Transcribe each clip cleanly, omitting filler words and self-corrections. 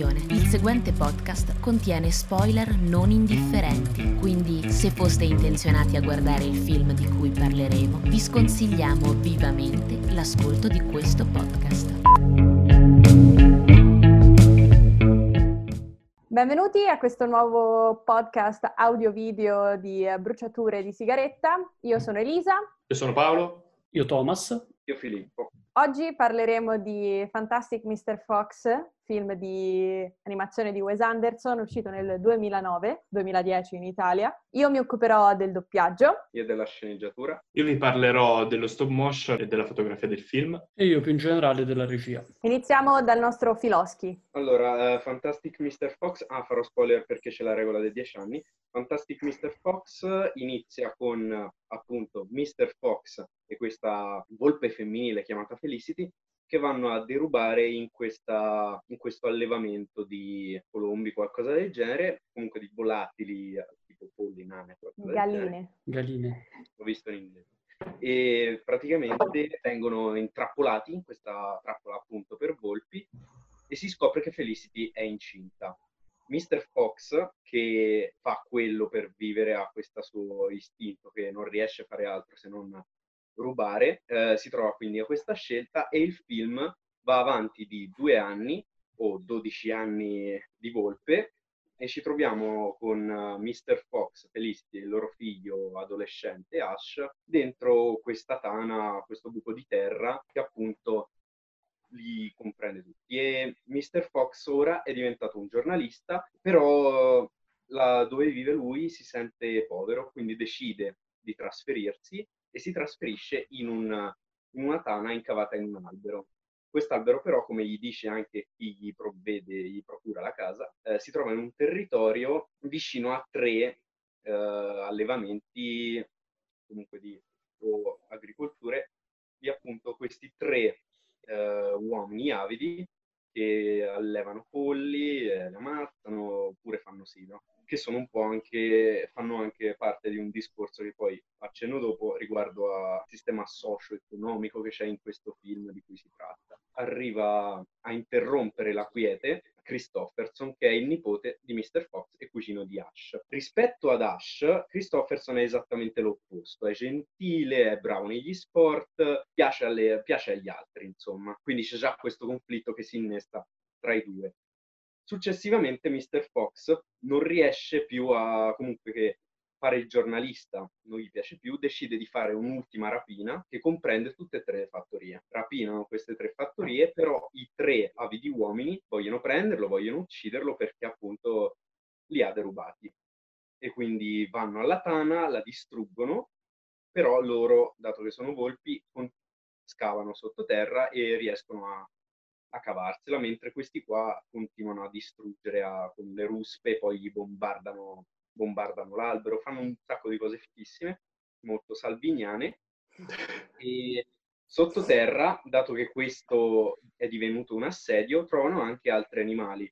Attenzione, il seguente podcast contiene spoiler non indifferenti, quindi se foste intenzionati a guardare il film di cui parleremo, vi sconsigliamo vivamente l'ascolto di questo podcast. Benvenuti a questo nuovo podcast audio-video di bruciature di sigaretta. Io sono Elisa. Io sono Paolo. Io Thomas. Io Filippo. Oggi parleremo di Fantastic Mr. Fox, film di animazione di Wes Anderson, uscito nel 2009-2010 in Italia. Io mi occuperò del doppiaggio. Io della sceneggiatura. Io vi parlerò dello stop motion e della fotografia del film. E io più in generale della regia. Iniziamo dal nostro Filoschi. Allora, Fantastic Mr. Fox, farò spoiler perché c'è la regola dei 10 anni. Fantastic Mr. Fox inizia con appunto Mr. Fox e questa volpe femminile chiamata Felicity che vanno a derubare in questo allevamento di colombi, qualcosa del genere, comunque di volatili, tipo polli, nane, qualcosa del genere. Galine. L'ho visto in inglese. E praticamente vengono intrappolati in questa trappola appunto per volpi e si scopre che Felicity è incinta. Mr. Fox, che fa quello per vivere, ha questo suo istinto che non riesce a fare altro se non rubare, si trova quindi a questa scelta e il film va avanti di 2 anni o 12 anni di volpe e ci troviamo con Mr. Fox, Felicity e il loro figlio adolescente Ash dentro questa tana, questo buco di terra che appunto li comprende tutti. E Mr. Fox ora è diventato un giornalista, però dove vive lui si sente povero, quindi decide di trasferirsi e si trasferisce in una tana incavata in un albero. Quest'albero però, come gli dice anche chi gli provvede, gli procura la casa, si trova in un territorio vicino a 3 allevamenti, comunque o agricolture, di appunto questi 3 uomini avidi che allevano polli, li ammazzano oppure fanno silo, che sono un po' fanno anche parte di un discorso che poi accenno dopo riguardo al sistema socio-economico che c'è in questo film di cui si tratta. Arriva a interrompere la quiete Christopherson, che è il nipote di Mr. Fox e cugino di Ash. Rispetto ad Ash, Christopherson è esattamente l'opposto, è gentile, è bravo negli sport, piace agli altri, insomma. Quindi c'è già questo conflitto che si innesta tra i due. Successivamente Mr. Fox non riesce più a comunque fare il giornalista, non gli piace più, decide di fare un'ultima rapina che comprende tutte e 3 le fattorie. Rapinano queste 3 fattorie, però i 3 avidi uomini vogliono prenderlo, vogliono ucciderlo perché appunto li ha derubati. E quindi vanno alla tana, la distruggono, però loro, dato che sono volpi, scavano sottoterra e riescono a cavarsela, mentre questi qua continuano a distruggere con le ruspe, poi gli bombardano l'albero, fanno un sacco di cose fighissime, molto salviniane. E sottoterra, dato che questo è divenuto un assedio, trovano anche altri animali,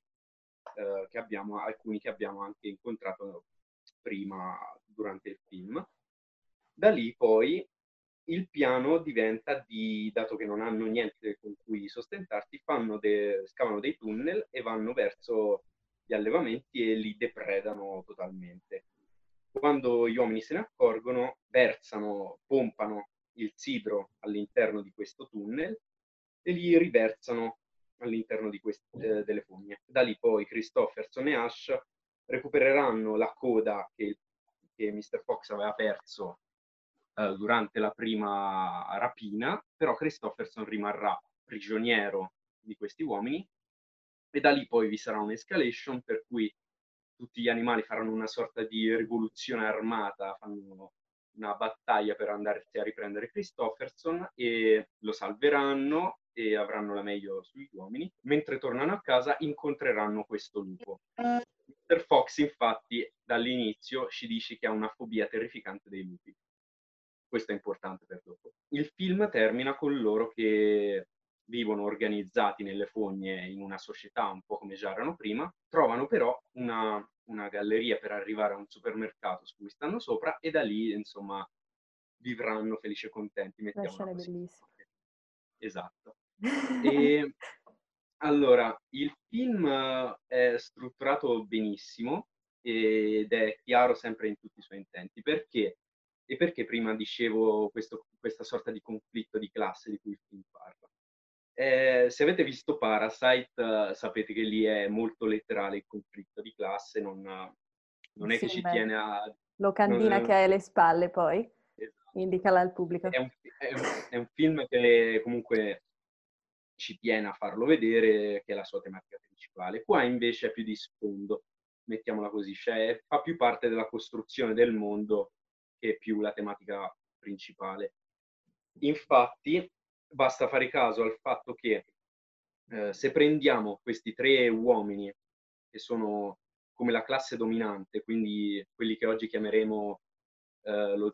alcuni che abbiamo anche incontrato prima durante il film. Da lì poi il piano diventa dato che non hanno niente con cui sostentarsi, scavano dei tunnel e vanno verso gli allevamenti e li depredano totalmente. Quando gli uomini se ne accorgono, pompano il sidro all'interno di questo tunnel e li riversano all'interno delle fogne. Da lì poi Christopherson e Ash recupereranno la coda che Mr. Fox aveva perso durante la prima rapina, però Christopherson rimarrà prigioniero di questi uomini e da lì poi vi sarà un'escalation per cui tutti gli animali faranno una sorta di rivoluzione armata, fanno una battaglia per andarsi a riprendere Christopherson e lo salveranno e avranno la meglio sugli uomini. Mentre tornano a casa incontreranno questo lupo. Mr. Fox infatti dall'inizio ci dice che ha una fobia terrificante dei lupi. Questo è importante per dopo. Il film termina con loro che vivono organizzati nelle fogne in una società un po' come già erano prima, trovano però una galleria per arrivare a un supermercato su cui stanno sopra e da lì, insomma, vivranno felici e contenti. La scena è Così. bellissima. Esatto. E Allora, il film è strutturato benissimo ed è chiaro sempre in tutti i suoi intenti. Perché? E perché prima dicevo questa sorta di conflitto di classe di cui il film parla? Se avete visto Parasite, sapete che lì è molto letterale il conflitto di classe, non è Sì, che ci beh, tiene a... locandina che non- hai alle spalle poi, esatto. indicala al pubblico. È un film che comunque ci tiene a farlo vedere, che è la sua tematica principale. Qua invece è più di sfondo, mettiamola così, cioè fa più parte della costruzione del mondo che più la tematica principale. Infatti, basta fare caso al fatto che se prendiamo questi tre uomini, che sono come la classe dominante, quindi quelli che oggi chiameremo lo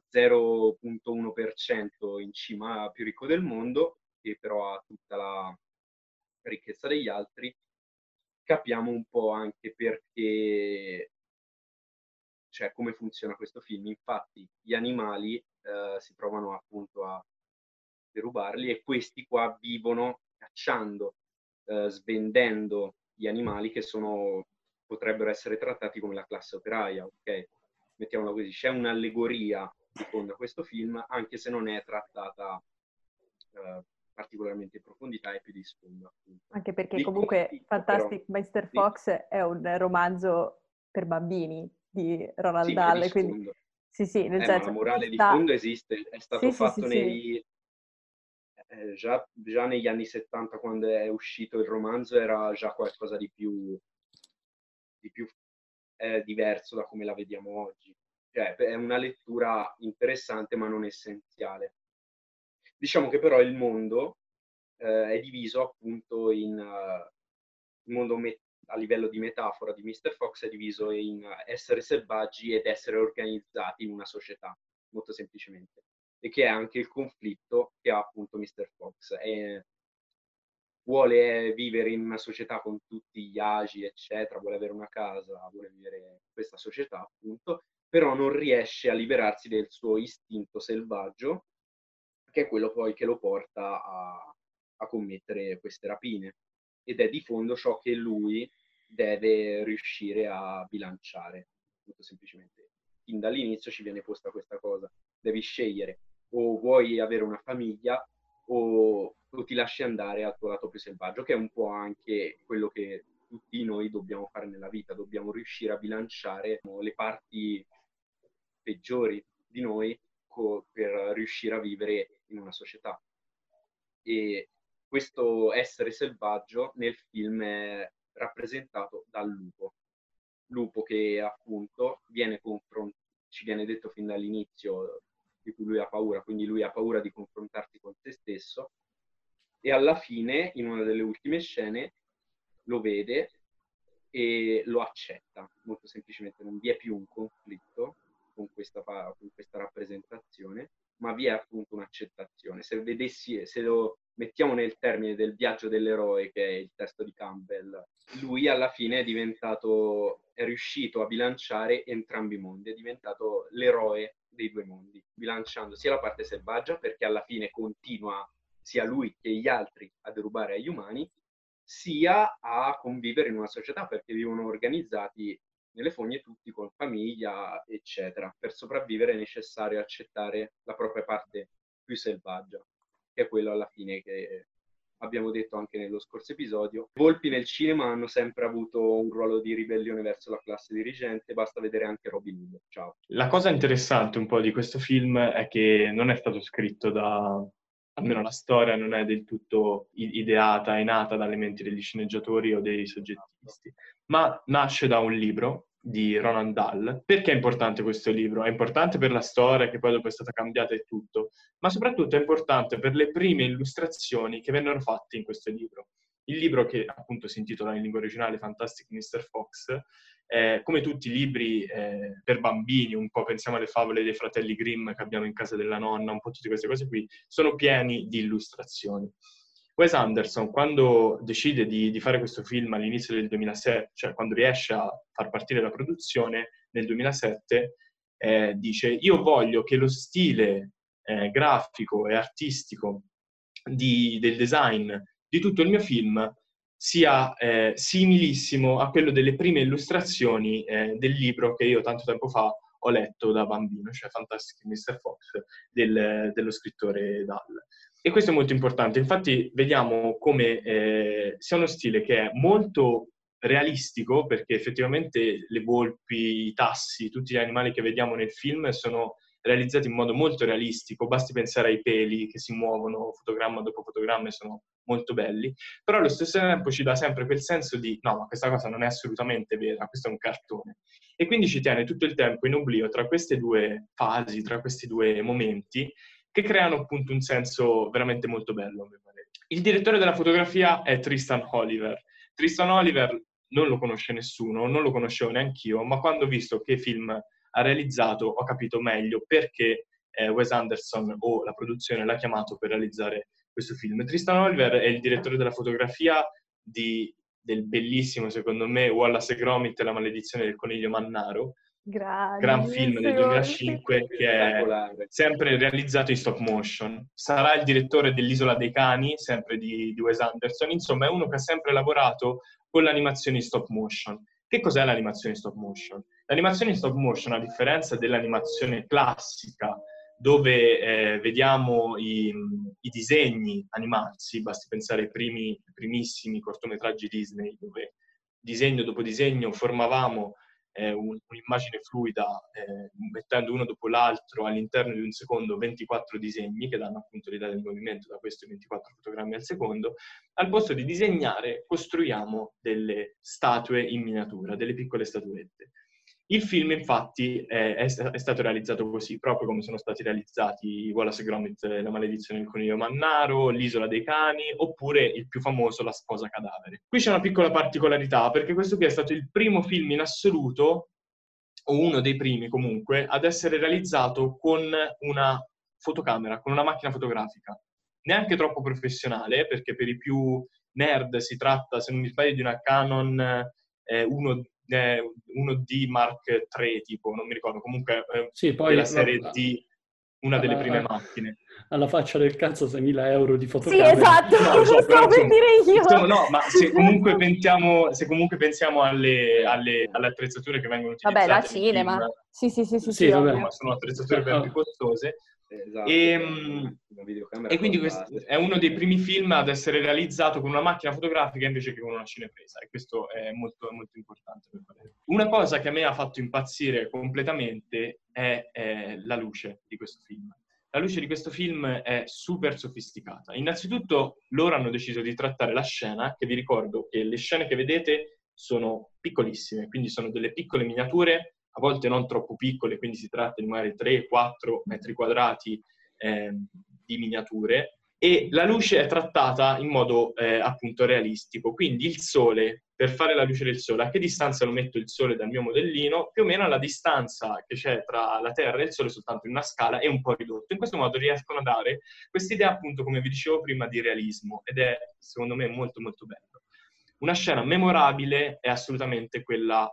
0,1% in cima più ricco del mondo, che però ha tutta la ricchezza degli altri, capiamo un po' anche perché, cioè come funziona questo film. Infatti gli animali si provano appunto a derubarli e questi qua vivono cacciando, svendendo gli animali che potrebbero essere trattati come la classe operaia, ok? Mettiamola così, c'è un'allegoria di fondo a questo film, anche se non è trattata particolarmente in profondità e più di sfondo, appunto. Anche perché Il comunque conflitto però, Fantastic Mr. sì, Fox è un romanzo per bambini di Roald sì, ma è di Dahl, quindi sfondo. sì, sì, nel Ma la senso ci morale di sta. fondo esiste, è stato Sì, sì, sì, fatto sì. già negli anni 70, quando è uscito il romanzo, era già qualcosa di più diverso da come la vediamo oggi. Cioè, è una lettura interessante ma non essenziale. Diciamo che però il mondo è diviso appunto il mondo a livello di metafora di Mr. Fox è diviso in essere selvaggi ed essere organizzati in una società, molto semplicemente. E che è anche il conflitto che ha appunto Mr. Fox. Vuole vivere in una società con tutti gli agi, eccetera, vuole avere una casa, vuole vivere in questa società, appunto, però non riesce a liberarsi del suo istinto selvaggio, che è quello poi che lo porta a commettere queste rapine. Ed è di fondo ciò che lui deve riuscire a bilanciare, molto semplicemente. Fin dall'inizio ci viene posta questa cosa. Devi scegliere, o vuoi avere una famiglia o ti lasci andare al tuo lato più selvaggio, che è un po' anche quello che tutti noi dobbiamo fare nella vita. Dobbiamo riuscire a bilanciare le parti peggiori di noi per riuscire a vivere in una società. E questo essere selvaggio nel film è rappresentato dal lupo. Lupo che appunto ci viene detto fin dall'inizio di cui lui ha paura, quindi lui ha paura di confrontarsi con se stesso e alla fine, in una delle ultime scene, lo vede e lo accetta. Molto semplicemente non vi è più un conflitto con questa rappresentazione, ma vi è appunto un'accettazione. Se lo mettiamo nel termine del viaggio dell'eroe, che è il testo di Campbell, lui alla fine è riuscito a bilanciare entrambi i mondi, è diventato l'eroe dei due mondi, bilanciando sia la parte selvaggia, perché alla fine continua sia lui che gli altri a derubare agli umani, sia a convivere in una società, perché vivono organizzati nelle fogne tutti con famiglia, eccetera. Per sopravvivere è necessario accettare la propria parte più selvaggia, che è quello alla fine che abbiamo detto anche nello scorso episodio. I volpi nel cinema hanno sempre avuto un ruolo di ribellione verso la classe dirigente, basta vedere anche Robin Hood. Ciao. La cosa interessante un po' di questo film è che non è stato scritto almeno la storia non è del tutto ideata e nata dalle menti degli sceneggiatori o dei soggettisti, ma nasce da un libro di Roald Dahl. Perché è importante questo libro? È importante per la storia, che poi dopo è stata cambiata e tutto, ma soprattutto è importante per le prime illustrazioni che vennero fatte in questo libro. Il libro, che appunto si intitola in lingua originale Fantastic Mr. Fox, come tutti i libri per bambini, un po' pensiamo alle favole dei fratelli Grimm che abbiamo in casa della nonna, un po' tutte queste cose qui, sono pieni di illustrazioni. Wes Anderson, quando decide di fare questo film all'inizio del 2007, cioè quando riesce a far partire la produzione nel 2007, dice: io voglio che lo stile grafico e artistico del design di tutto il mio film sia similissimo a quello delle prime illustrazioni del libro che io tanto tempo fa ho letto da bambino, cioè Fantastic Mr. Fox dello scrittore Dahl. E questo è molto importante. Infatti vediamo come sia uno stile che è molto realistico, perché effettivamente le volpi, i tassi, tutti gli animali che vediamo nel film sono realizzati in modo molto realistico. Basti pensare ai peli che si muovono fotogramma dopo fotogramma e sono molto belli, però allo stesso tempo ci dà sempre quel senso di no, ma questa cosa non è assolutamente vera, questo è un cartone. E quindi ci tiene tutto il tempo in oblio tra queste due fasi, tra questi due momenti, che creano appunto un senso veramente molto bello, a mio parere. Il direttore della fotografia è Tristan Oliver. Tristan Oliver non lo conosce nessuno, non lo conoscevo neanch'io, ma quando ho visto che film ha realizzato ho capito meglio perché Wes Anderson o la produzione l'ha chiamato per realizzare questo film. Tristan Oliver è il direttore della fotografia del bellissimo, secondo me, Wallace e Gromit e la maledizione del coniglio mannaro, gran film del 2005 che è sempre realizzato in stop motion. Sarà il direttore dell'Isola dei Cani, sempre di Wes Anderson. Insomma, è uno che ha sempre lavorato con l'animazione in stop motion. Che cos'è l'animazione in stop motion? L'animazione in stop motion, a differenza dell'animazione classica, dove vediamo i disegni animarsi, basti pensare ai primissimi cortometraggi Disney, dove disegno dopo disegno formavamo un'immagine fluida, mettendo uno dopo l'altro all'interno di un secondo 24 disegni, che danno appunto l'idea del movimento da questi 24 fotogrammi al secondo. Al posto di disegnare, costruiamo delle statue in miniatura, delle piccole statuette. Il film, infatti, è stato realizzato così, proprio come sono stati realizzati Wallace e Gromit, La maledizione del coniglio mannaro, L'Isola dei Cani, oppure il più famoso La sposa cadavere. Qui c'è una piccola particolarità, perché questo qui è stato il primo film in assoluto, o uno dei primi comunque, ad essere realizzato con una fotocamera, con una macchina fotografica. Neanche troppo professionale, perché per i più nerd si tratta, se non mi sbaglio, di una Canon 1D Mark III, tipo, non mi ricordo, comunque sì, poi della serie D, una delle prime macchine. Alla faccia del cazzo 6.000 euro di fotocamera. Sì, esatto, no, so, stavo per dire io. Insomma, no, ma se comunque pensiamo alle attrezzature che vengono utilizzate da cinema. Sì, insomma, sono attrezzature ben più costose. Esatto. E quindi questo è uno dei primi film ad essere realizzato con una macchina fotografica invece che con una cinepresa, e questo è molto, molto importante per me. Una cosa che a me ha fatto impazzire completamente è la luce di questo film. La luce di questo film è super sofisticata. Innanzitutto loro hanno deciso di trattare la scena, che vi ricordo che le scene che vedete sono piccolissime, quindi sono delle piccole miniature, a volte non troppo piccole, quindi si tratta di magari 3-4 metri quadrati di miniature, e la luce è trattata in modo appunto realistico. Quindi il sole, per fare la luce del sole, a che distanza lo metto il sole dal mio modellino? Più o meno la distanza che c'è tra la Terra e il sole, soltanto in una scala, è un po' ridotto. In questo modo riescono a dare quest'idea, appunto, come vi dicevo prima, di realismo, ed è secondo me molto molto bello. Una scena memorabile è assolutamente quella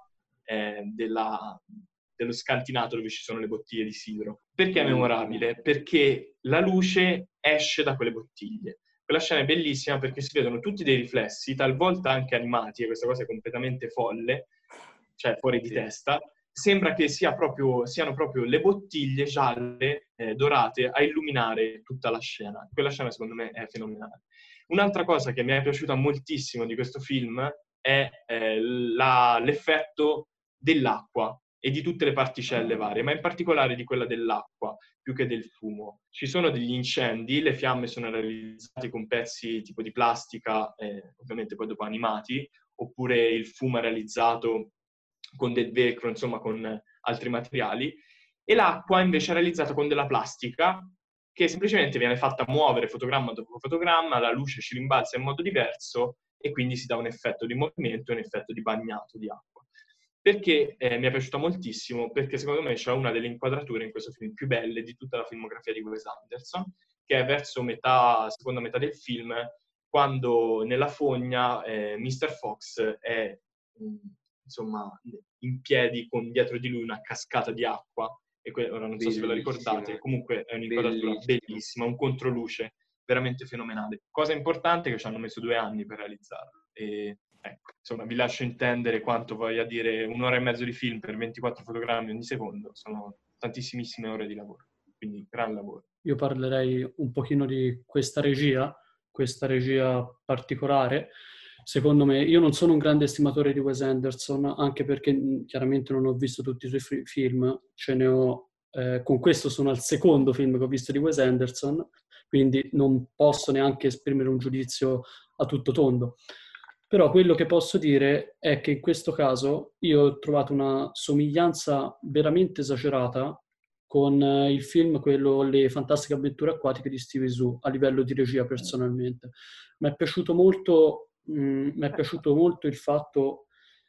dello scantinato dove ci sono le bottiglie di sidro. Perché è memorabile? Perché la luce esce da quelle bottiglie. Quella scena è bellissima perché si vedono tutti dei riflessi, talvolta anche animati, e questa cosa è completamente folle, cioè fuori di testa. Sembra che siano proprio le bottiglie gialle, dorate, a illuminare tutta la scena. Quella scena secondo me è fenomenale. Un'altra cosa che mi è piaciuta moltissimo di questo film è l'effetto dell'acqua e di tutte le particelle varie, ma in particolare di quella dell'acqua, più che del fumo. Ci sono degli incendi, le fiamme sono realizzate con pezzi tipo di plastica, ovviamente poi dopo animati, oppure il fumo è realizzato con del velcro, insomma con altri materiali, e l'acqua invece è realizzata con della plastica, che semplicemente viene fatta muovere fotogramma dopo fotogramma, la luce ci rimbalza in modo diverso e quindi si dà un effetto di movimento e un effetto di bagnato di acqua. Perché mi è piaciuta moltissimo? Perché secondo me c'è una delle inquadrature in questo film più belle di tutta la filmografia di Wes Anderson, che è verso seconda metà del film, quando nella fogna Mr. Fox è insomma in piedi con dietro di lui una cascata di acqua. E ora non so se ve la ricordate, comunque è un'inquadratura bellissima, un controluce veramente fenomenale. Cosa importante che ci hanno messo 2 anni per realizzarlo. E ecco, insomma, vi lascio intendere quanto voglia dire 1 ora e mezzo di film per 24 fotogrammi ogni secondo. Sono tantissimissime ore di lavoro, quindi gran lavoro. Io parlerei un pochino di questa regia particolare. Secondo me, io non sono un grande estimatore di Wes Anderson, anche perché chiaramente non ho visto tutti i suoi film, con questo sono al secondo film che ho visto di Wes Anderson, quindi non posso neanche esprimere un giudizio a tutto tondo. Però quello che posso dire è che in questo caso io ho trovato una somiglianza veramente esagerata con il film, quello Le fantastiche avventure acquatiche di Steve Zissou, a livello di regia personalmente. Mi è piaciuto molto il fatto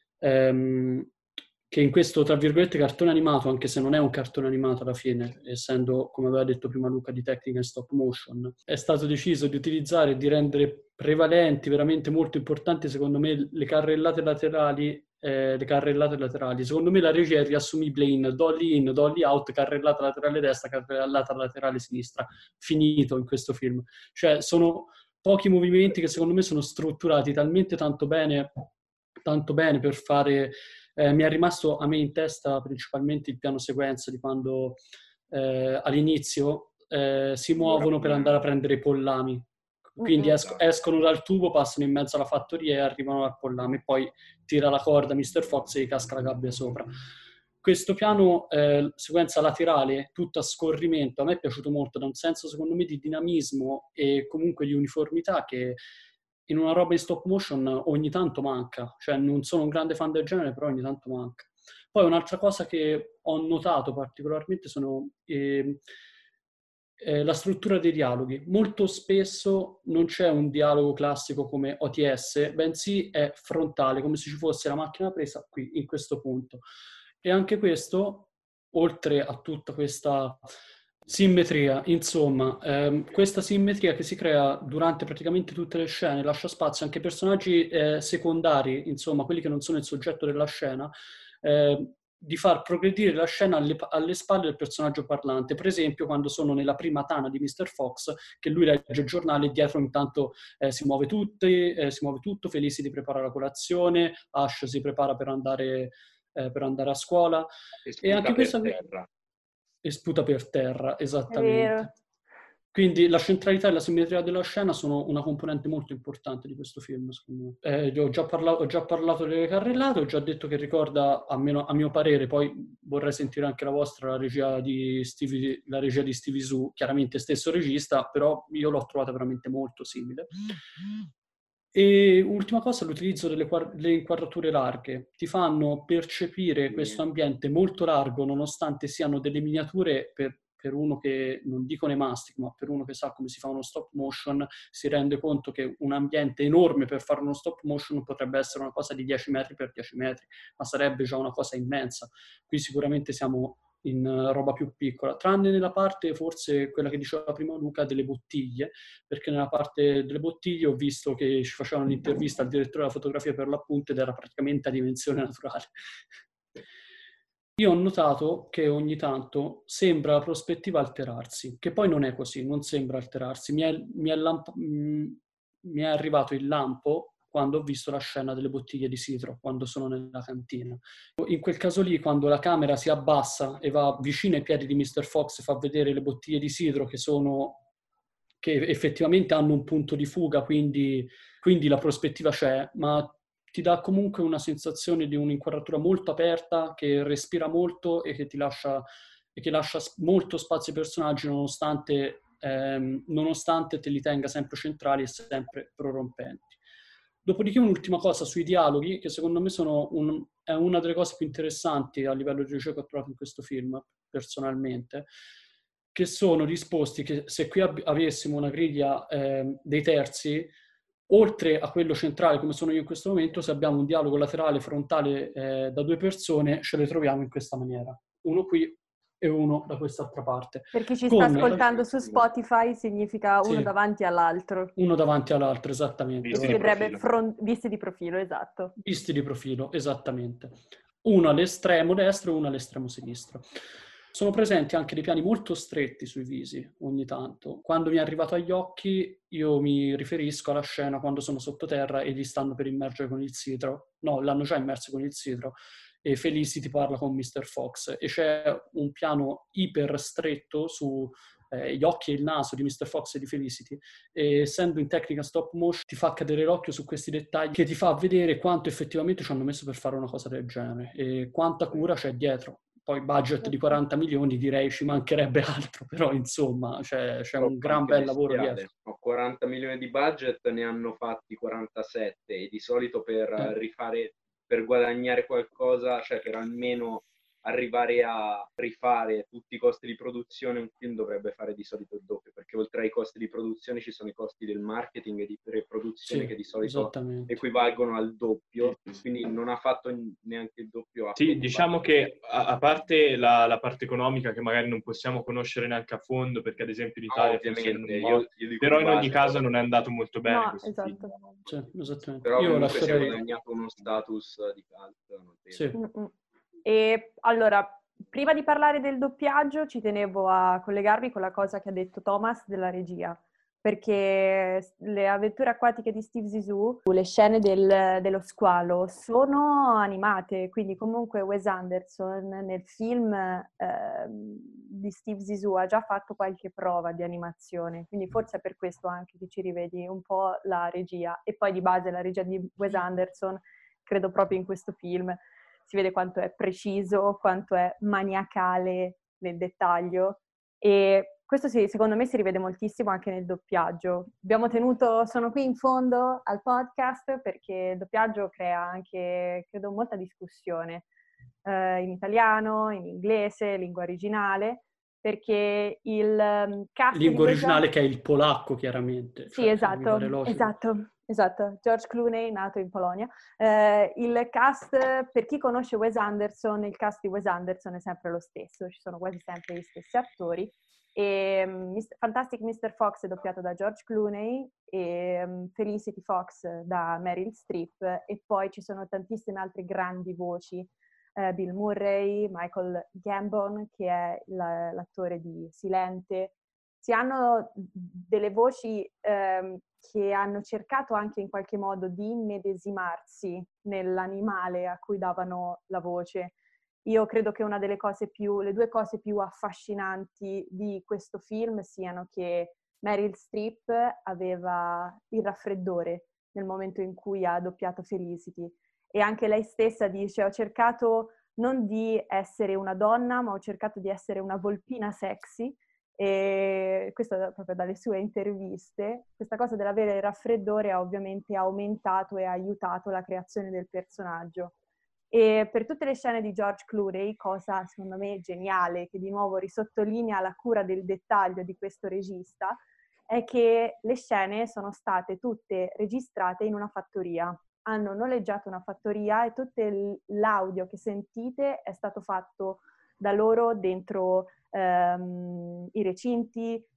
che in questo, tra virgolette, cartone animato, anche se non è un cartone animato alla fine, essendo, come aveva detto prima Luca, di tecnica in stop motion, è stato deciso di utilizzare e di rendere prevalenti, veramente molto importanti, secondo me, le carrellate laterali. Secondo me la regia è riassumibile in dolly out, carrellata laterale destra, carrellata laterale sinistra, finito in questo film. Cioè sono pochi movimenti che secondo me sono strutturati talmente tanto bene per fare... mi è rimasto a me in testa principalmente il piano sequenza di quando all'inizio si muovono per andare a prendere i pollami. Quindi escono dal tubo, passano in mezzo alla fattoria e arrivano al pollame, poi tira la corda Mr. Fox e gli casca la gabbia sopra. Questo piano sequenza laterale, tutto a scorrimento, a me è piaciuto molto, da un senso secondo me di dinamismo e comunque di uniformità che in una roba in stop motion ogni tanto manca. Cioè non sono un grande fan del genere, però ogni tanto manca. Poi un'altra cosa che ho notato particolarmente sono la struttura dei dialoghi. Molto spesso non c'è un dialogo classico come OTS, bensì è frontale, come se ci fosse la macchina presa qui, in questo punto. E anche questo, oltre a tutta questa simmetria, insomma, questa simmetria che si crea durante praticamente tutte le scene lascia spazio anche ai personaggi secondari, insomma, quelli che non sono il soggetto della scena, di far progredire la scena alle spalle del personaggio parlante. Per esempio, quando sono nella prima tana di Mr. Fox, che lui legge il giornale e dietro intanto si muove tutto, Felicity si prepara la colazione, Ash si prepara per andare a scuola. E anche questo... E sputa per terra, esattamente. Quindi la centralità e la simmetria della scena sono una componente molto importante di questo film, secondo me. Ho già parlato delle carrellate, ho già detto che ricorda, almeno a mio parere, poi vorrei sentire anche la vostra, la regia di Steve Zissou, chiaramente stesso regista, però io l'ho trovata veramente molto simile. E ultima cosa, l'utilizzo delle inquadrature larghe. Ti fanno percepire questo ambiente molto largo, nonostante siano delle miniature per uno che, non dico nemastico, ma per uno che sa come si fa uno stop motion, si rende conto che un ambiente enorme per fare uno stop motion potrebbe essere una cosa di 10 metri per 10 metri, ma sarebbe già una cosa immensa. Qui sicuramente siamo in roba più piccola, tranne nella parte, forse quella che diceva prima Luca, delle bottiglie, perché nella parte delle bottiglie ho visto che ci facevano l'intervista al direttore della fotografia per l'appunto ed era praticamente a dimensione naturale. Io ho notato che ogni tanto sembra la prospettiva alterarsi, che poi non è così, non sembra alterarsi. Mi è arrivato il lampo quando ho visto la scena delle bottiglie di sidro, quando sono nella cantina. In quel caso lì, quando la camera si abbassa e va vicino ai piedi di Mr. Fox e fa vedere le bottiglie di sidro che effettivamente hanno un punto di fuga, quindi la prospettiva c'è, ma ti dà comunque una sensazione di un'inquadratura molto aperta, che respira molto e che lascia molto spazio ai personaggi, nonostante te li tenga sempre centrali e sempre prorompenti. Dopodiché un'ultima cosa sui dialoghi, che secondo me è una delle cose più interessanti a livello di regia che ho trovato in questo film, personalmente, che sono disposti che se qui avessimo una griglia dei terzi, oltre a quello centrale come sono io in questo momento, se abbiamo un dialogo laterale, frontale da due persone, ce le troviamo in questa maniera. Uno qui e uno da quest'altra parte. Per chi ci sta ascoltando su Spotify significa uno davanti all'altro. Uno davanti all'altro, esattamente. Visti di profilo, esatto. Visti di profilo, esattamente. Uno all'estremo destro e uno all'estremo sinistro. Sono presenti anche dei piani molto stretti sui visi ogni tanto. Quando mi è arrivato agli occhi, io mi riferisco alla scena quando sono sottoterra e gli stanno per immergere con il sidro. No, l'hanno già immerso con il sidro. E Felicity parla con Mr. Fox. E c'è un piano iper stretto su gli occhi e il naso di Mr. Fox e di Felicity. E essendo in tecnica stop motion, ti fa cadere l'occhio su questi dettagli che ti fa vedere quanto effettivamente ci hanno messo per fare una cosa del genere e quanta cura c'è dietro. Poi budget di 40 milioni direi ci mancherebbe altro, però insomma c'è un gran bel lavoro dietro. 40 milioni di budget, ne hanno fatti 47 e di solito per rifare, per guadagnare qualcosa, cioè per almeno arrivare a rifare tutti i costi di produzione, un film dovrebbe fare di solito il doppio, perché oltre ai costi di produzione ci sono i costi del marketing e di pre-produzione che di solito equivalgono al doppio, quindi non ha fatto neanche il doppio. Sì, diciamo che a parte la parte economica che magari non possiamo conoscere neanche a fondo, perché ad esempio in Italia io però in ogni caso non è andato molto bene. No, esatto. Cioè, esattamente. Però io comunque si è lascerei... guadagnato uno status di cult. Sì. E allora, prima di parlare del doppiaggio, ci tenevo a collegarvi con la cosa che ha detto Thomas della regia, perché le avventure acquatiche di Steve Zissou, le scene dello squalo, sono animate, quindi comunque Wes Anderson nel film di Steve Zissou ha già fatto qualche prova di animazione, quindi forse è per questo anche che ci rivedi un po' la regia. E poi di base la regia di Wes Anderson, credo proprio in questo film, si vede quanto è preciso, quanto è maniacale nel dettaglio, e questo secondo me si rivede moltissimo anche nel doppiaggio. Sono qui in fondo al podcast perché il doppiaggio crea anche, credo, molta discussione in italiano, in inglese, lingua originale, perché il cast... Lingua originale che è il polacco, chiaramente. Sì, esatto. George Clooney, nato in Polonia. Il cast, per chi conosce Wes Anderson, il cast di Wes Anderson è sempre lo stesso, ci sono quasi sempre gli stessi attori. E Fantastic Mr. Fox è doppiato da George Clooney e Felicity Fox da Meryl Streep, e poi ci sono tantissime altre grandi voci, Bill Murray, Michael Gambon, che è l'attore di Silente. Si hanno delle voci che hanno cercato anche in qualche modo di immedesimarsi nell'animale a cui davano la voce. Io credo che le due cose più affascinanti di questo film siano che Meryl Streep aveva il raffreddore nel momento in cui ha doppiato Felicity, e anche lei stessa dice: ho cercato non di essere una donna, ma ho cercato di essere una volpina sexy. E questo proprio dalle sue interviste. Questa cosa dell'avere il raffreddore ha ovviamente aumentato e aiutato la creazione del personaggio. E per tutte le scene di George Clooney, cosa secondo me geniale, che di nuovo risottolinea la cura del dettaglio di questo regista, è che le scene sono state tutte registrate in una fattoria. Hanno noleggiato una fattoria e tutto l'audio che sentite è stato fatto da loro dentro i recinti,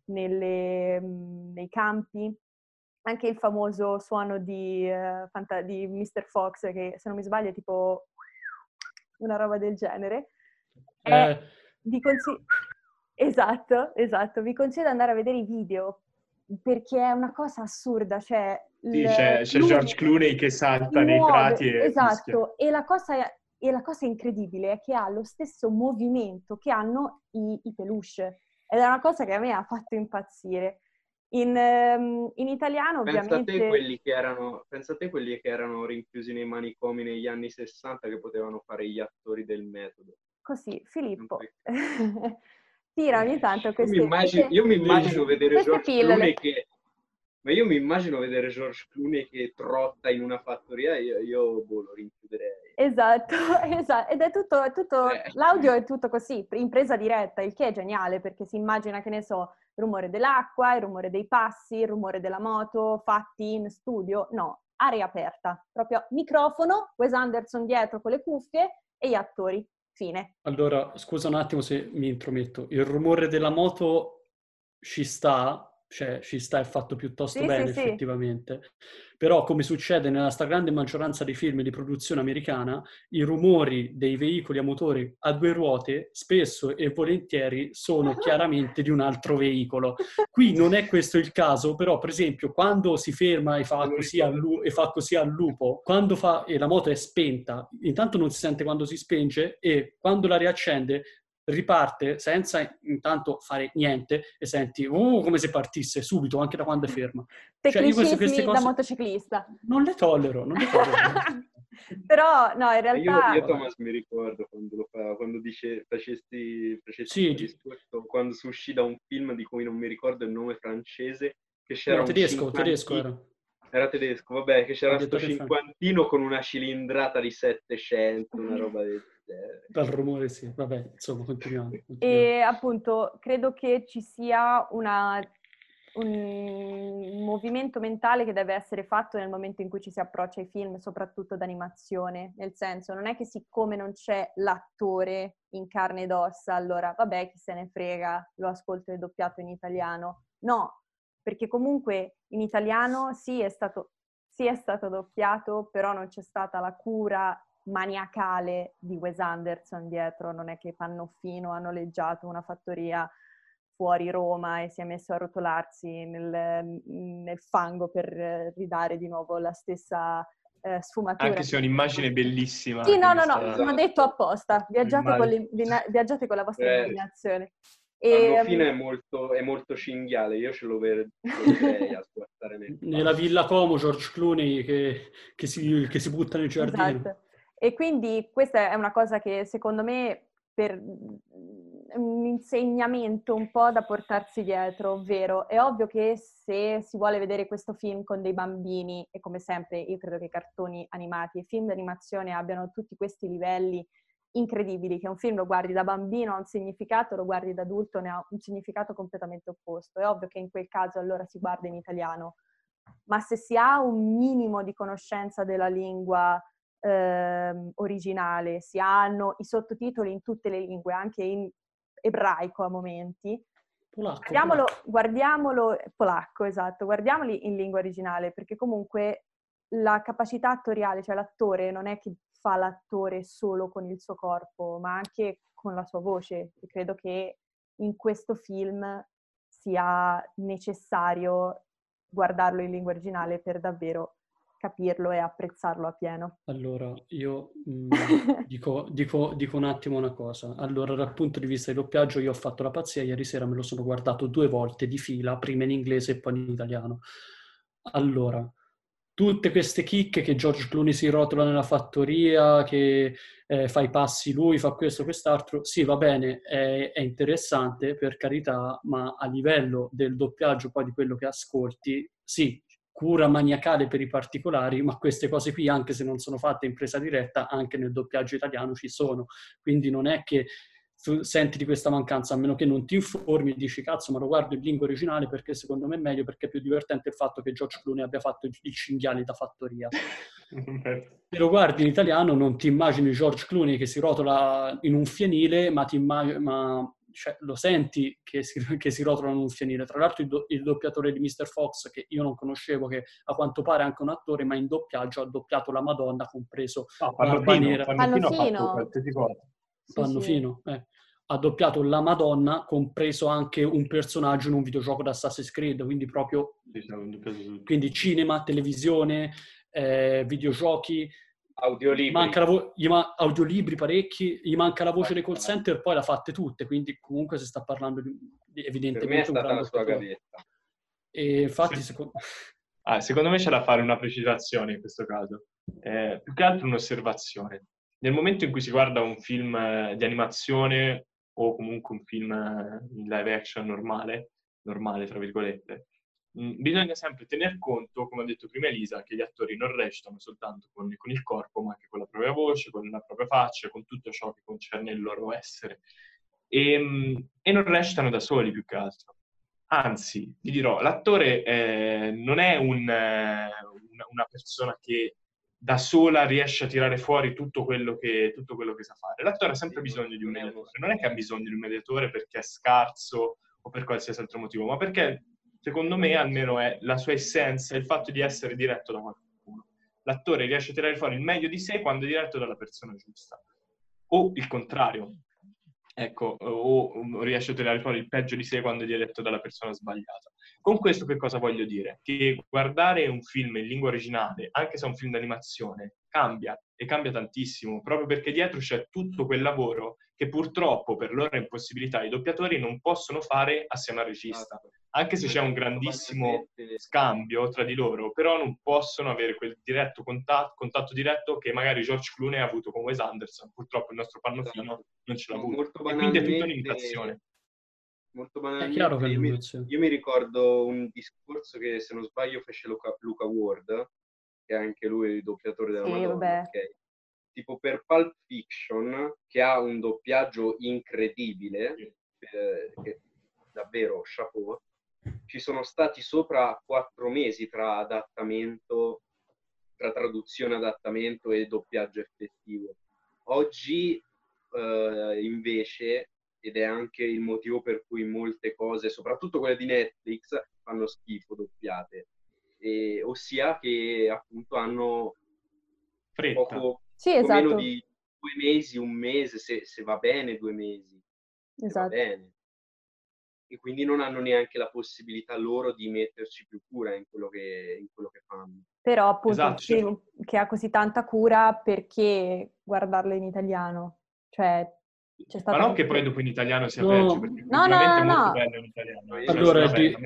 nei campi. Anche il famoso suono di Mr. Fox, che se non mi sbaglio è tipo una roba del genere. Esatto, vi consiglio di andare a vedere i video, perché è una cosa assurda. Cioè, c'è George Clooney che salta nei prati e esatto, e la cosa incredibile è che ha lo stesso movimento che hanno i peluche, ed è una cosa che a me ha fatto impazzire. In italiano ovviamente... Pensate quelli che erano rinchiusi nei manicomi negli anni 60 che potevano fare gli attori del metodo. Così, Filippo, tira ogni tanto queste... Io mi immagino vedere George Clooney che... Ma io mi immagino vedere George Clooney che trotta in una fattoria e io lo rinchiuderei. Esatto. Ed è tutto l'audio è tutto così, in presa diretta, il che è geniale, perché si immagina, che ne so, il rumore dell'acqua, il rumore dei passi, il rumore della moto, fatti in studio. No, aria aperta, proprio microfono, Wes Anderson dietro con le cuffie e gli attori. Fine. Allora, scusa un attimo se mi intrometto. Il rumore della moto ci sta, cioè ci sta, è fatto piuttosto Sì, bene sì, sì. effettivamente. Però, come succede nella stragrande maggioranza dei film di produzione americana, i rumori dei veicoli a motore a due ruote spesso e volentieri sono chiaramente di un altro veicolo. Qui non è questo il caso, però per esempio quando si ferma e fa Me lo così ricordo. e fa così al lupo, quando fa e la moto è spenta, intanto non si sente quando si spenge e quando la riaccende riparte senza intanto fare niente e senti come se partisse subito, anche da quando è ferma. Cioè io queste Tecnicismi da cose motociclista. non le tollero, non le tollero. Però, no, in Io realtà... Thomas mi ricordo quando lo fa, quando facesti Sì, questo discorso, quando si uscì da un film di cui non mi ricordo il nome francese, che c'era no, un tedesco era tedesco, vabbè, che c'era sto direttore francese. cinquantino con una cilindrata di 700, una roba del genere. Dal rumore sì, vabbè, insomma, continuiamo. E appunto credo che ci sia un movimento mentale che deve essere fatto nel momento in cui ci si approccia ai film, soprattutto d'animazione, nel senso non è che siccome non c'è l'attore in carne ed ossa, allora vabbè, chi se ne frega, lo ascolto e doppiato in italiano. No, perché comunque in italiano sì è stato doppiato, però non c'è stata la cura maniacale di Wes Anderson dietro, non è che Pannoffino ha noleggiato una fattoria fuori Roma e si è messo a rotolarsi nel fango per ridare di nuovo la stessa sfumatura. Anche se è un'immagine bellissima. Sì, no, Esatto. non ho detto apposta, viaggiate con la vostra immaginazione. Pannofino è molto cinghiale, io ce lo vedrei a sguardare nella Villa Como, George Clooney che si butta nel giardino. Esatto. E quindi questa è una cosa che secondo me per un insegnamento un po' da portarsi dietro, ovvero è ovvio che se si vuole vedere questo film con dei bambini, e come sempre io credo che i cartoni animati e i film d'animazione abbiano tutti questi livelli incredibili, che un film lo guardi da bambino ha un significato, lo guardi da adulto ne ha un significato completamente opposto. È ovvio che in quel caso allora si guarda in italiano, ma se si ha un minimo di conoscenza della lingua originale, si hanno i sottotitoli in tutte le lingue, anche in ebraico a momenti, guardiamolo polacco, esatto, guardiamoli in lingua originale, perché comunque la capacità attoriale, cioè l'attore non è che fa l'attore solo con il suo corpo, ma anche con la sua voce. E credo che in questo film sia necessario guardarlo in lingua originale per davvero capirlo e apprezzarlo a pieno. Allora, io dico un attimo una cosa. Allora, dal punto di vista di doppiaggio, io ho fatto la pazzia, ieri sera me lo sono guardato 2 volte di fila, prima in inglese e poi in italiano. Allora, tutte queste chicche che George Clooney si rotola nella fattoria, che fa i passi lui, fa questo, quest'altro, sì, va bene, è interessante, per carità, ma a livello del doppiaggio poi di quello che ascolti, sì, cura maniacale per i particolari, ma queste cose qui, anche se non sono fatte in presa diretta, anche nel doppiaggio italiano ci sono. Quindi non è che tu senti di questa mancanza, a meno che non ti informi e dici cazzo ma lo guardo in lingua originale perché secondo me è meglio, perché è più divertente il fatto che George Clooney abbia fatto il cinghiale da fattoria. Se lo guardi in italiano non ti immagini George Clooney che si rotola in un fienile, ma cioè, lo senti che si rotola in un fienile. Tra l'altro il doppiatore di Mr. Fox, che io non conoscevo, che a quanto pare è anche un attore, ma in doppiaggio ha doppiato la Madonna, compreso Barba Nera. Pannofino ha fatto qualsiasi cosa. Pannofino, ha doppiato la Madonna, compreso anche un personaggio in un videogioco da Assassin's Creed, quindi proprio quindi cinema, televisione, videogiochi, audiolibri. audiolibri parecchi, gli manca la voce dei call center, poi l'ha fatte tutte, quindi comunque si sta parlando di evidentemente per me è stata la sua gavetta. E infatti secondo me c'è da fare una precisazione in questo caso, più che altro un'osservazione. Nel momento in cui si guarda un film di animazione o comunque un film in live action normale tra virgolette, bisogna sempre tener conto, come ha detto prima Elisa, che gli attori non recitano soltanto con il corpo, ma anche con la propria voce, con la propria faccia, con tutto ciò che concerne il loro essere. E non recitano da soli, più che altro. Anzi, vi dirò, l'attore non è una persona che da sola riesce a tirare fuori tutto quello che sa fare. L'attore ha sempre bisogno di un mediatore. Non è che ha bisogno di un mediatore perché è scarso o per qualsiasi altro motivo, ma perché secondo me almeno è la sua essenza, il fatto di essere diretto da qualcuno. L'attore riesce a tirare fuori il meglio di sé quando è diretto dalla persona giusta, o il contrario, ecco, o riesce a tirare fuori il peggio di sé quando è diretto dalla persona sbagliata. Con questo che cosa voglio dire? Che guardare un film in lingua originale, anche se è un film d'animazione, cambia, e cambia tantissimo, proprio perché dietro c'è tutto quel lavoro che purtroppo per loro impossibilità i doppiatori non possono fare assieme al regista. Anche se c'è un grandissimo scambio tra di loro, però non possono avere quel diretto contatto diretto che magari George Clooney ha avuto con Wes Anderson. Purtroppo il nostro Pannofino non ce l'ha avuto. E quindi è tutta un'imitazione. Molto È chiaro che è banalmente, un'imitazione. io mi ricordo un discorso che, se non sbaglio, fece Luca Ward, che è anche lui il doppiatore della Madonna, okay? Tipo per Pulp Fiction, che ha un doppiaggio incredibile, che davvero chapeau, ci sono stati sopra 4 mesi tra adattamento, tra traduzione, adattamento e doppiaggio effettivo. Oggi invece, ed è anche il motivo per cui molte cose, soprattutto quelle di Netflix, fanno schifo doppiate, ossia che appunto hanno poco, meno di 2 mesi, un mese, se va bene 2 mesi, se va bene. E quindi non hanno neanche la possibilità loro di metterci più cura in quello che fanno. Però appunto un film che ha così tanta cura, perché guardarlo in italiano? Cioè, c'è stata... Ma non che poi dopo in italiano sia peggio, perché sicuramente è molto bello in italiano. Allora,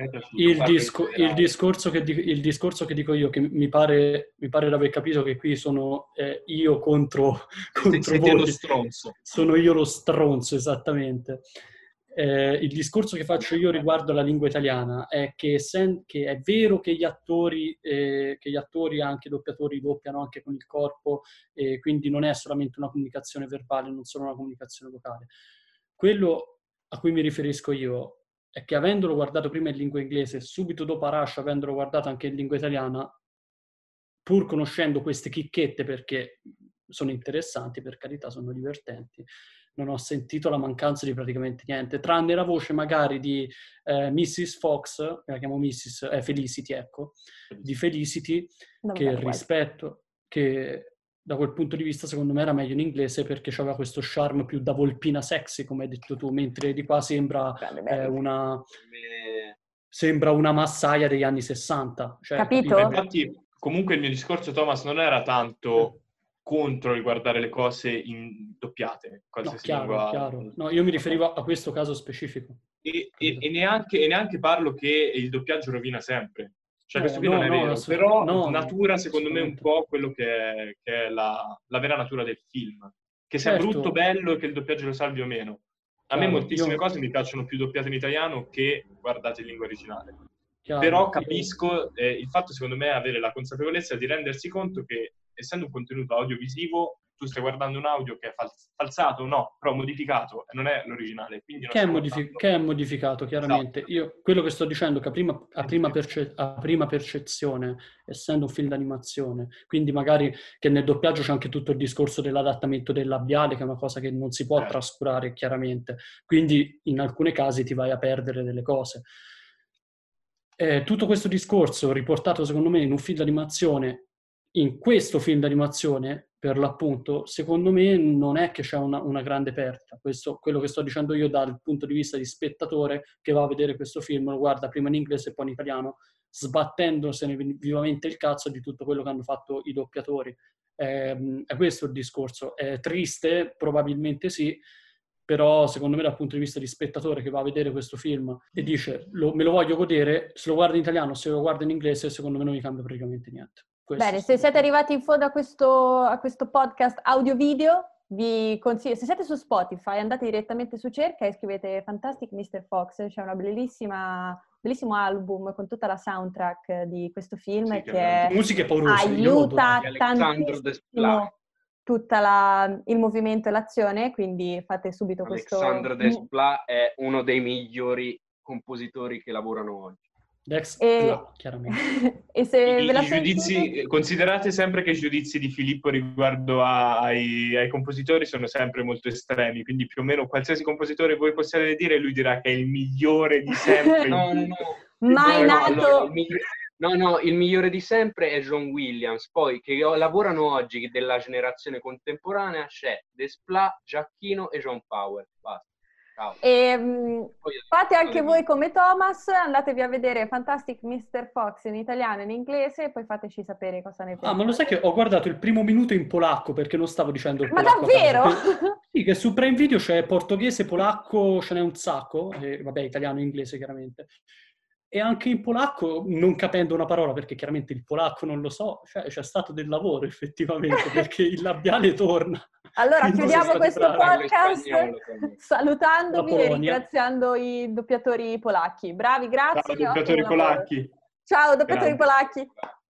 il discorso che dico io, che mi pare di aver capito che qui sono io contro voi. Lo stronzo. Sono io lo stronzo, esattamente. Il discorso che faccio io riguardo alla lingua italiana è che è vero che gli attori, anche i doppiatori, doppiano anche con il corpo, quindi non è solamente una comunicazione verbale, non solo una comunicazione vocale. Quello a cui mi riferisco io è che, avendolo guardato prima in lingua inglese e subito dopo Arash avendolo guardato anche in lingua italiana, pur conoscendo queste chicchette, perché sono interessanti, per carità, sono divertenti, non ho sentito la mancanza di praticamente niente, tranne la voce magari di Mrs. Fox, la chiamo Mrs. Felicity, ecco, di Felicity, che da quel punto di vista secondo me era meglio in inglese, perché aveva questo charme più da volpina sexy, come hai detto tu, mentre di qua sembra una massaia degli anni 60. Cioè, capito? Infatti, comunque il mio discorso, Thomas, non era tanto contro il guardare le cose in doppiate, qualsiasi lingua. Chiaro. No, io mi riferivo a questo caso specifico. E neanche parlo che il doppiaggio rovina sempre. Cioè, questo qui non è vero, però natura secondo me un po' quello che è la vera natura del film. Che sia brutto, bello, e che il doppiaggio lo salvi o meno. A me moltissime cose mi piacciono più doppiate in italiano che guardate in lingua originale. Però capisco il fatto, secondo me, è avere la consapevolezza di rendersi conto che, essendo un contenuto audiovisivo, tu stai guardando un audio che è falsato, no, però modificato, e non è l'originale. Quindi che è modificato, chiaramente. Esatto. Io quello che sto dicendo è che a prima percezione, essendo un film d'animazione, quindi magari che nel doppiaggio c'è anche tutto il discorso dell'adattamento del labiale, che è una cosa che non si può trascurare, chiaramente. Quindi in alcuni casi ti vai a perdere delle cose. Tutto questo discorso riportato secondo me in un film d'animazione, in questo film d'animazione per l'appunto, secondo me non è che c'è una grande perdita. Questo, quello che sto dicendo io dal punto di vista di spettatore che va a vedere questo film, lo guarda prima in inglese e poi in italiano, sbattendosene vivamente il cazzo di tutto quello che hanno fatto i doppiatori. È questo il discorso. È triste? Probabilmente sì, però secondo me dal punto di vista di spettatore che va a vedere questo film e dice me lo voglio godere, se lo guarda in italiano, se lo guarda in inglese, secondo me non gli cambia praticamente niente. Bene, se siete arrivati in fondo a questo podcast audio-video, vi consiglio, se siete su Spotify, andate direttamente su cerca e scrivete Fantastic Mr. Fox, c'è una bellissimo album con tutta la soundtrack di questo film che musiche paurose, aiuta tantissimo tutto il movimento e l'azione, quindi fate subito questo. Alexandre Desplat è uno dei migliori compositori che lavorano oggi. Chiaramente. E se I giudizi, considerate sempre che i giudizi di Filippo riguardo ai compositori sono sempre molto estremi, quindi più o meno qualsiasi compositore voi possiate dire, lui dirà che è il migliore di sempre. No. mai nato... il migliore di sempre è John Williams, poi che lavorano oggi della generazione contemporanea c'è Desplat, Giacchino e John Powell. Basta. Ciao. Fate anche voi come Thomas, andatevi a vedere Fantastic Mr. Fox in italiano e in inglese e poi fateci sapere cosa ne pensate. Ma lo sai che ho guardato il primo minuto in polacco perché non stavo dicendo il Ma polacco. davvero? Sì, che su Prime Video c'è portoghese, polacco, ce n'è un sacco, e vabbè, italiano e inglese chiaramente. E anche in polacco, non capendo una parola, perché chiaramente il polacco non lo so, cioè c'è stato del lavoro effettivamente, perché il labiale torna. Allora chiudiamo questo podcast salutandovi e Polonia. ringraziando i doppiatori polacchi. Bravi, grazie. Ciao, doppiatori polacchi. Ciao, doppiatori polacchi.